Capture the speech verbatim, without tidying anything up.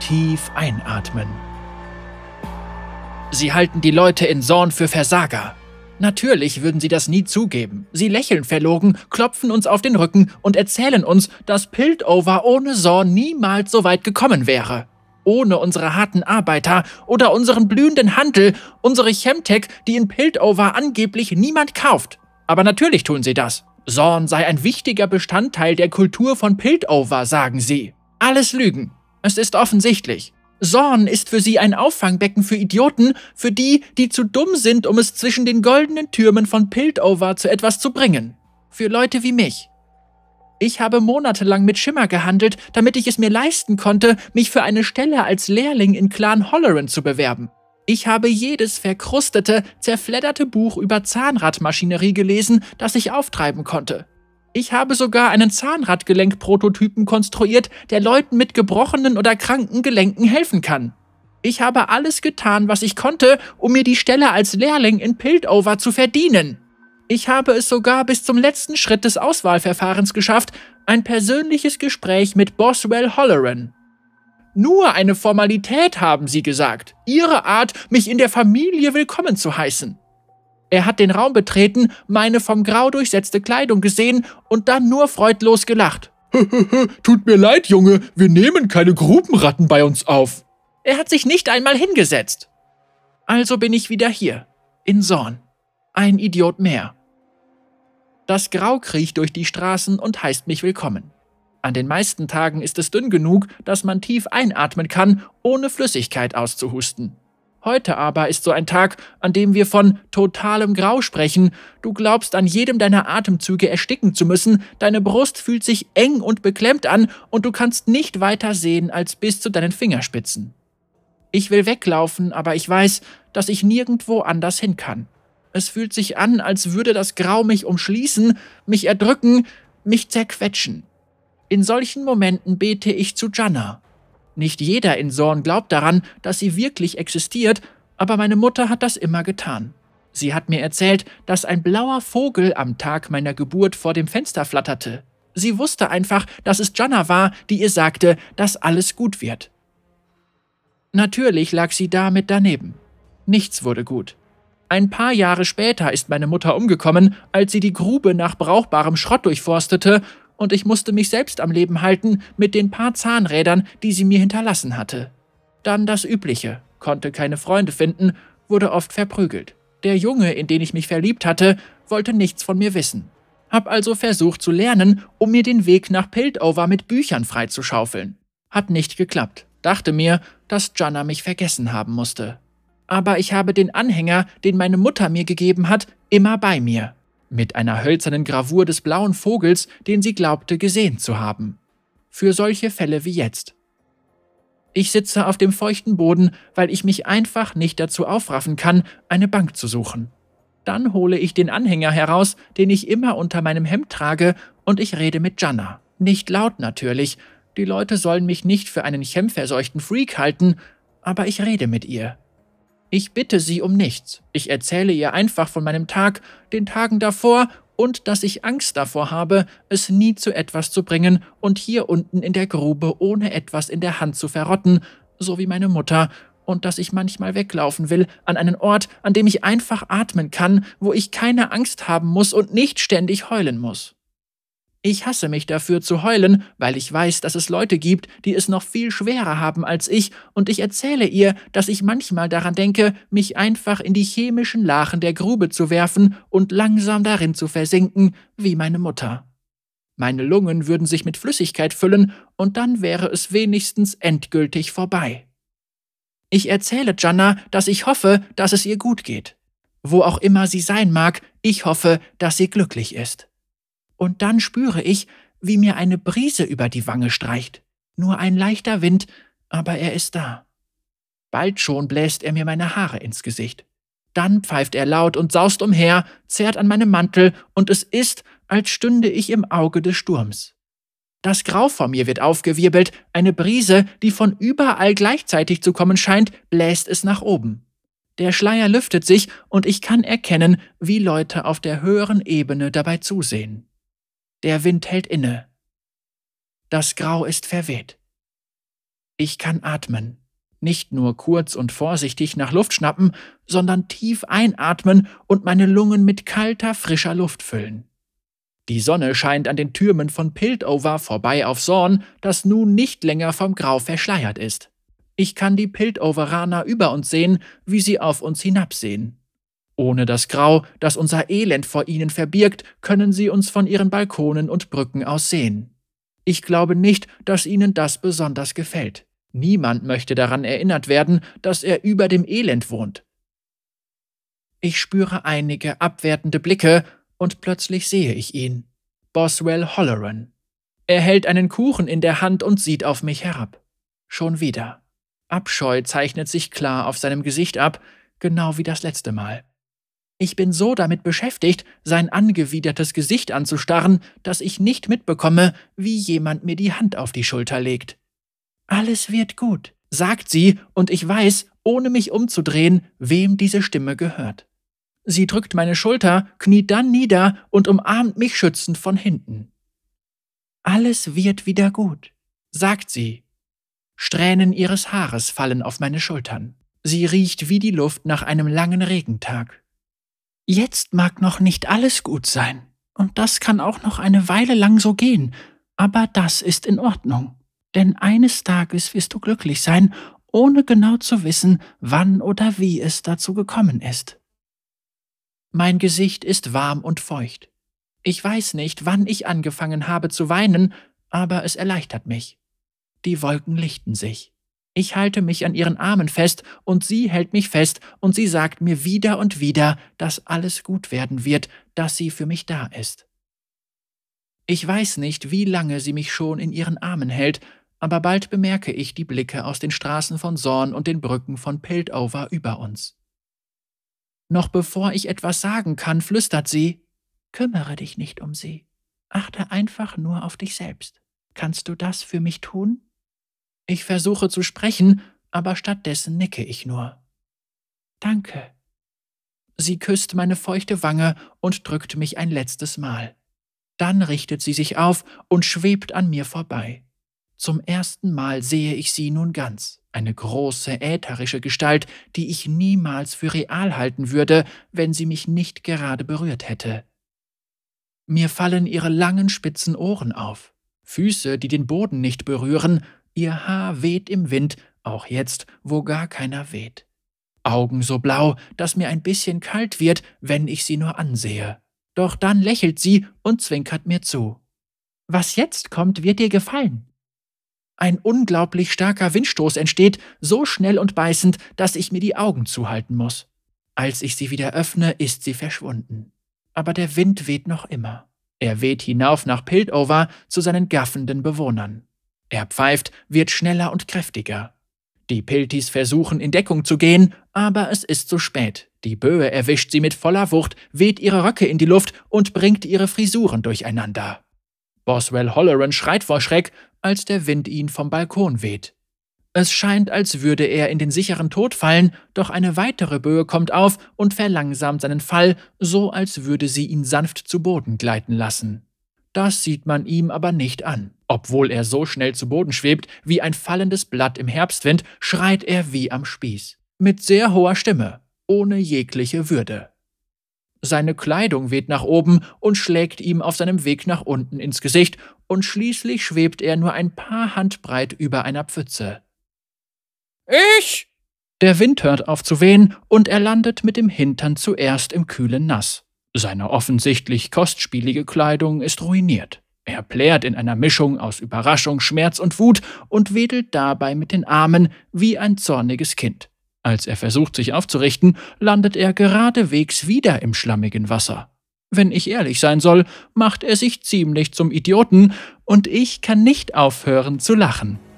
Tief einatmen. Sie halten die Leute in Zorn für Versager. Natürlich würden sie das nie zugeben. Sie lächeln verlogen, klopfen uns auf den Rücken und erzählen uns, dass Piltover ohne Zorn niemals so weit gekommen wäre. Ohne unsere harten Arbeiter oder unseren blühenden Handel, unsere Chemtech, die in Piltover angeblich niemand kauft. Aber natürlich tun sie das. Zorn sei ein wichtiger Bestandteil der Kultur von Piltover, sagen sie. Alles Lügen. Es ist offensichtlich. Zorn ist für sie ein Auffangbecken für Idioten, für die, die zu dumm sind, um es zwischen den goldenen Türmen von Piltover zu etwas zu bringen. Für Leute wie mich. Ich habe monatelang mit Shimmer gehandelt, damit ich es mir leisten konnte, mich für eine Stelle als Lehrling in Clan Holleran zu bewerben. Ich habe jedes verkrustete, zerfledderte Buch über Zahnradmaschinerie gelesen, das ich auftreiben konnte. Ich habe sogar einen Zahnradgelenk-Prototypen konstruiert, der Leuten mit gebrochenen oder kranken Gelenken helfen kann. Ich habe alles getan, was ich konnte, um mir die Stelle als Lehrling in Piltover zu verdienen. Ich habe es sogar bis zum letzten Schritt des Auswahlverfahrens geschafft, ein persönliches Gespräch mit Boswell Holleran. Nur eine Formalität, haben sie gesagt. Ihre Art, mich in der Familie willkommen zu heißen. Er hat den Raum betreten, meine vom Grau durchsetzte Kleidung gesehen und dann nur freudlos gelacht. Tut mir leid, Junge, wir nehmen keine Grubenratten bei uns auf. Er hat sich nicht einmal hingesetzt. Also bin ich wieder hier, in Zorn. Ein Idiot mehr. Das Grau kriecht durch die Straßen und heißt mich willkommen. An den meisten Tagen ist es dünn genug, dass man tief einatmen kann, ohne Flüssigkeit auszuhusten. Heute aber ist so ein Tag, an dem wir von totalem Grau sprechen. Du glaubst, an jedem deiner Atemzüge ersticken zu müssen, deine Brust fühlt sich eng und beklemmt an und du kannst nicht weiter sehen als bis zu deinen Fingerspitzen. Ich will weglaufen, aber ich weiß, dass ich nirgendwo anders hin kann. Es fühlt sich an, als würde das Grau mich umschließen, mich erdrücken, mich zerquetschen. In solchen Momenten bete ich zu Janna. Nicht jeder in Zorn glaubt daran, dass sie wirklich existiert, aber meine Mutter hat das immer getan. Sie hat mir erzählt, dass ein blauer Vogel am Tag meiner Geburt vor dem Fenster flatterte. Sie wusste einfach, dass es Janna war, die ihr sagte, dass alles gut wird. Natürlich lag sie damit daneben. Nichts wurde gut. Ein paar Jahre später ist meine Mutter umgekommen, als sie die Grube nach brauchbarem Schrott durchforstete, und ich musste mich selbst am Leben halten mit den paar Zahnrädern, die sie mir hinterlassen hatte. Dann das Übliche, konnte keine Freunde finden, wurde oft verprügelt. Der Junge, in den ich mich verliebt hatte, wollte nichts von mir wissen. Hab also versucht zu lernen, um mir den Weg nach Piltover mit Büchern freizuschaufeln. Hat nicht geklappt. Dachte mir, dass Janna mich vergessen haben musste. Aber ich habe den Anhänger, den meine Mutter mir gegeben hat, immer bei mir. Mit einer hölzernen Gravur des blauen Vogels, den sie glaubte gesehen zu haben. Für solche Fälle wie jetzt. Ich sitze auf dem feuchten Boden, weil ich mich einfach nicht dazu aufraffen kann, eine Bank zu suchen. Dann hole ich den Anhänger heraus, den ich immer unter meinem Hemd trage, und ich rede mit Janna. Nicht laut natürlich. Die Leute sollen mich nicht für einen chemverseuchten Freak halten, aber ich rede mit ihr. Ich bitte sie um nichts. Ich erzähle ihr einfach von meinem Tag, den Tagen davor und dass ich Angst davor habe, es nie zu etwas zu bringen und hier unten in der Grube ohne etwas in der Hand zu verrotten, so wie meine Mutter, und dass ich manchmal weglaufen will an einen Ort, an dem ich einfach atmen kann, wo ich keine Angst haben muss und nicht ständig heulen muss. Ich hasse mich dafür zu heulen, weil ich weiß, dass es Leute gibt, die es noch viel schwerer haben als ich, und ich erzähle ihr, dass ich manchmal daran denke, mich einfach in die chemischen Lachen der Grube zu werfen und langsam darin zu versinken, wie meine Mutter. Meine Lungen würden sich mit Flüssigkeit füllen, und dann wäre es wenigstens endgültig vorbei. Ich erzähle Janna, dass ich hoffe, dass es ihr gut geht. Wo auch immer sie sein mag, ich hoffe, dass sie glücklich ist. Und dann spüre ich, wie mir eine Brise über die Wange streicht. Nur ein leichter Wind, aber er ist da. Bald schon bläst er mir meine Haare ins Gesicht. Dann pfeift er laut und saust umher, zerrt an meinem Mantel, und es ist, als stünde ich im Auge des Sturms. Das Grau vor mir wird aufgewirbelt, eine Brise, die von überall gleichzeitig zu kommen scheint, bläst es nach oben. Der Schleier lüftet sich, und ich kann erkennen, wie Leute auf der höheren Ebene dabei zusehen. Der Wind hält inne. Das Grau ist verweht. Ich kann atmen. Nicht nur kurz und vorsichtig nach Luft schnappen, sondern tief einatmen und meine Lungen mit kalter, frischer Luft füllen. Die Sonne scheint an den Türmen von Piltover vorbei auf Zorn, das nun nicht länger vom Grau verschleiert ist. Ich kann die Piltoveraner über uns sehen, wie sie auf uns hinabsehen. Ohne das Grau, das unser Elend vor ihnen verbirgt, können sie uns von ihren Balkonen und Brücken aus sehen. Ich glaube nicht, dass ihnen das besonders gefällt. Niemand möchte daran erinnert werden, dass er über dem Elend wohnt. Ich spüre einige abwertende Blicke und plötzlich sehe ich ihn. Boswell Halloran. Er hält einen Kuchen in der Hand und sieht auf mich herab. Schon wieder. Abscheu zeichnet sich klar auf seinem Gesicht ab, genau wie das letzte Mal. Ich bin so damit beschäftigt, sein angewidertes Gesicht anzustarren, dass ich nicht mitbekomme, wie jemand mir die Hand auf die Schulter legt. »Alles wird gut«, sagt sie, und ich weiß, ohne mich umzudrehen, wem diese Stimme gehört. Sie drückt meine Schulter, kniet dann nieder und umarmt mich schützend von hinten. »Alles wird wieder gut«, sagt sie. Strähnen ihres Haares fallen auf meine Schultern. Sie riecht wie die Luft nach einem langen Regentag. »Jetzt mag noch nicht alles gut sein, und das kann auch noch eine Weile lang so gehen, aber das ist in Ordnung. Denn eines Tages wirst du glücklich sein, ohne genau zu wissen, wann oder wie es dazu gekommen ist.« Mein Gesicht ist warm und feucht. Ich weiß nicht, wann ich angefangen habe zu weinen, aber es erleichtert mich. Die Wolken lichten sich. Ich halte mich an ihren Armen fest und sie hält mich fest und sie sagt mir wieder und wieder, dass alles gut werden wird, dass sie für mich da ist. Ich weiß nicht, wie lange sie mich schon in ihren Armen hält, aber bald bemerke ich die Blicke aus den Straßen von Zorn und den Brücken von Piltover über uns. Noch bevor ich etwas sagen kann, flüstert sie, »Kümmere dich nicht um sie. Achte einfach nur auf dich selbst. Kannst du das für mich tun?« Ich versuche zu sprechen, aber stattdessen nicke ich nur. »Danke.« Sie küsst meine feuchte Wange und drückt mich ein letztes Mal. Dann richtet sie sich auf und schwebt an mir vorbei. Zum ersten Mal sehe ich sie nun ganz, eine große, ätherische Gestalt, die ich niemals für real halten würde, wenn sie mich nicht gerade berührt hätte. Mir fallen ihre langen, spitzen Ohren auf, Füße, die den Boden nicht berühren, ihr Haar weht im Wind, auch jetzt, wo gar keiner weht. Augen so blau, dass mir ein bisschen kalt wird, wenn ich sie nur ansehe. Doch dann lächelt sie und zwinkert mir zu. »Was jetzt kommt, wird dir gefallen.« Ein unglaublich starker Windstoß entsteht, so schnell und beißend, dass ich mir die Augen zuhalten muss. Als ich sie wieder öffne, ist sie verschwunden. Aber der Wind weht noch immer. Er weht hinauf nach Piltover zu seinen gaffenden Bewohnern. Er pfeift, wird schneller und kräftiger. Die Piltis versuchen, in Deckung zu gehen, aber es ist zu spät. Die Böe erwischt sie mit voller Wucht, weht ihre Röcke in die Luft und bringt ihre Frisuren durcheinander. Boswell Halloran schreit vor Schreck, als der Wind ihn vom Balkon weht. Es scheint, als würde er in den sicheren Tod fallen, doch eine weitere Böe kommt auf und verlangsamt seinen Fall, so als würde sie ihn sanft zu Boden gleiten lassen. Das sieht man ihm aber nicht an. Obwohl er so schnell zu Boden schwebt, wie ein fallendes Blatt im Herbstwind, schreit er wie am Spieß. Mit sehr hoher Stimme, ohne jegliche Würde. Seine Kleidung weht nach oben und schlägt ihm auf seinem Weg nach unten ins Gesicht, und schließlich schwebt er nur ein paar Handbreit über einer Pfütze. »Ich!« Der Wind hört auf zu wehen, und er landet mit dem Hintern zuerst im kühlen Nass. Seine offensichtlich kostspielige Kleidung ist ruiniert. Er plärt in einer Mischung aus Überraschung, Schmerz und Wut und wedelt dabei mit den Armen wie ein zorniges Kind. Als er versucht, sich aufzurichten, landet er geradewegs wieder im schlammigen Wasser. Wenn ich ehrlich sein soll, macht er sich ziemlich zum Idioten, und ich kann nicht aufhören zu lachen.